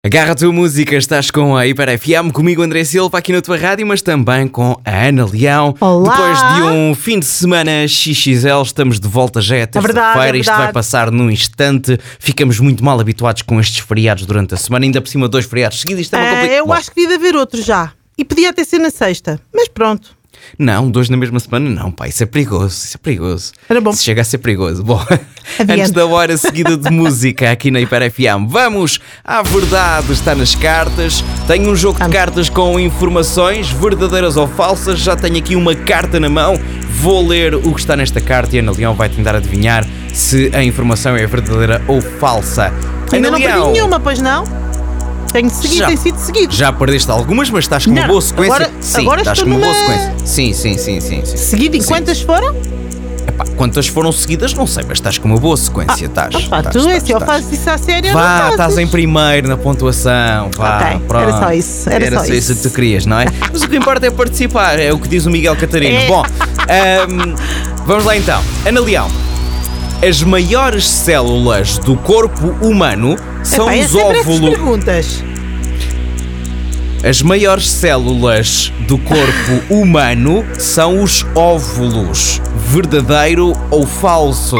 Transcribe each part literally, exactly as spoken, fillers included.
Agarra a tua música, estás com a Hiper F M, comigo André Silva aqui na tua rádio, mas também com a Ana Leão. Olá. Depois de um fim de semana X X L, estamos de volta, já é terça-feira, é isto vai passar num instante. Ficamos muito mal habituados com estes feriados durante a semana, ainda por cima dois feriados seguidos, isto é uma Ah, complicação. eu acho que devia haver outro já. E podia até ser na sexta, mas pronto. Não, dois na mesma semana não, pá, isso é perigoso, isso é perigoso. Era bom. Isso chega a ser perigoso. Bom, Adiante. antes da hora seguida de música aqui na Hiper F M, vamos à verdade, está nas cartas. Tenho um jogo de Vamos. cartas com informações verdadeiras ou falsas. Já tenho aqui uma carta na mão, vou ler o que está nesta carta e a Ana Leão vai tentar adivinhar se a informação é verdadeira ou falsa. Ainda Ana não perdi Leão, nenhuma, pois não? Tenho seguido, Já. tem sido seguido. já perdeste algumas, mas estás com uma Não, boa sequência. agora- sim, agora estás estou com uma boa numa- sequência. Sim, sim, sim, sim, sim. Seguido, em Sim. quantas foram? Epá, quantas foram seguidas, não sei, mas estás com uma boa sequência, estás. Opa, estás, tu, estás, se eu estás. faço isso à séria, Vá, não fazes. estás em primeiro na pontuação. Vá, Ok, pronto. era só isso, era só isso isso. que tu querias, não é? Mas o que importa é participar, é o que diz o Miguel Catarino. É. Bom, ahm, vamos lá então. Ana Leão, as maiores células do corpo humano são Epá, é os sempre essas óvulos. perguntas. As maiores células do corpo humano são os óvulos. Verdadeiro ou falso?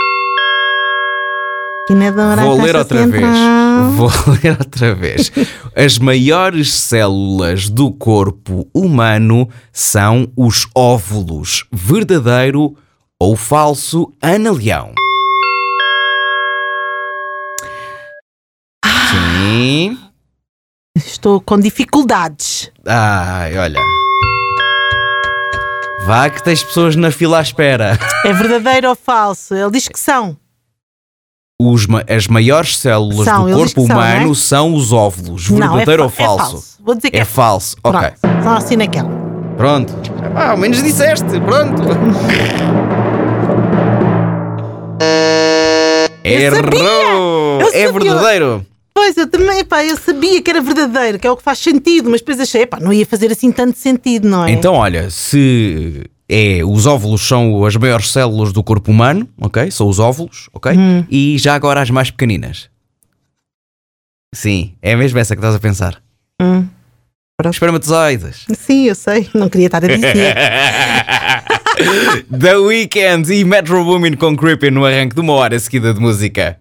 Vou ler outra vez. Vou ler outra vez. As maiores células do corpo humano são os óvulos. Verdadeiro ou falso, Ana Leão? Sim. Estou com dificuldades. Ai, olha. Vá que tens pessoas na fila à espera. É verdadeiro ou falso? Ele diz que são. Os ma- as maiores células São, do ele diz corpo que são, humano não é? são os óvulos. Não, é Verdadeiro ou fa- é falso? falso. Vou dizer que É é falso. Ok. Pronto, só assim naquela. Pronto. Ah, ao menos disseste. Pronto. Eu sabia! Errou! Eu É sabia! verdadeiro. Pois, eu também, epá, eu sabia que era verdadeiro, que é o que faz sentido, mas depois achei, epá, não ia fazer assim tanto sentido, não é? Então, olha, se é, os óvulos são as maiores células do corpo humano, ok? São os óvulos, ok? Hum. E já agora as mais pequeninas. Sim, é mesmo essa que estás a pensar. Hum. Espermatozoides. Sim, eu sei, não queria estar a dizer. The Weeknd e Metro Boomin com Creepin no arranque de uma hora seguida de música.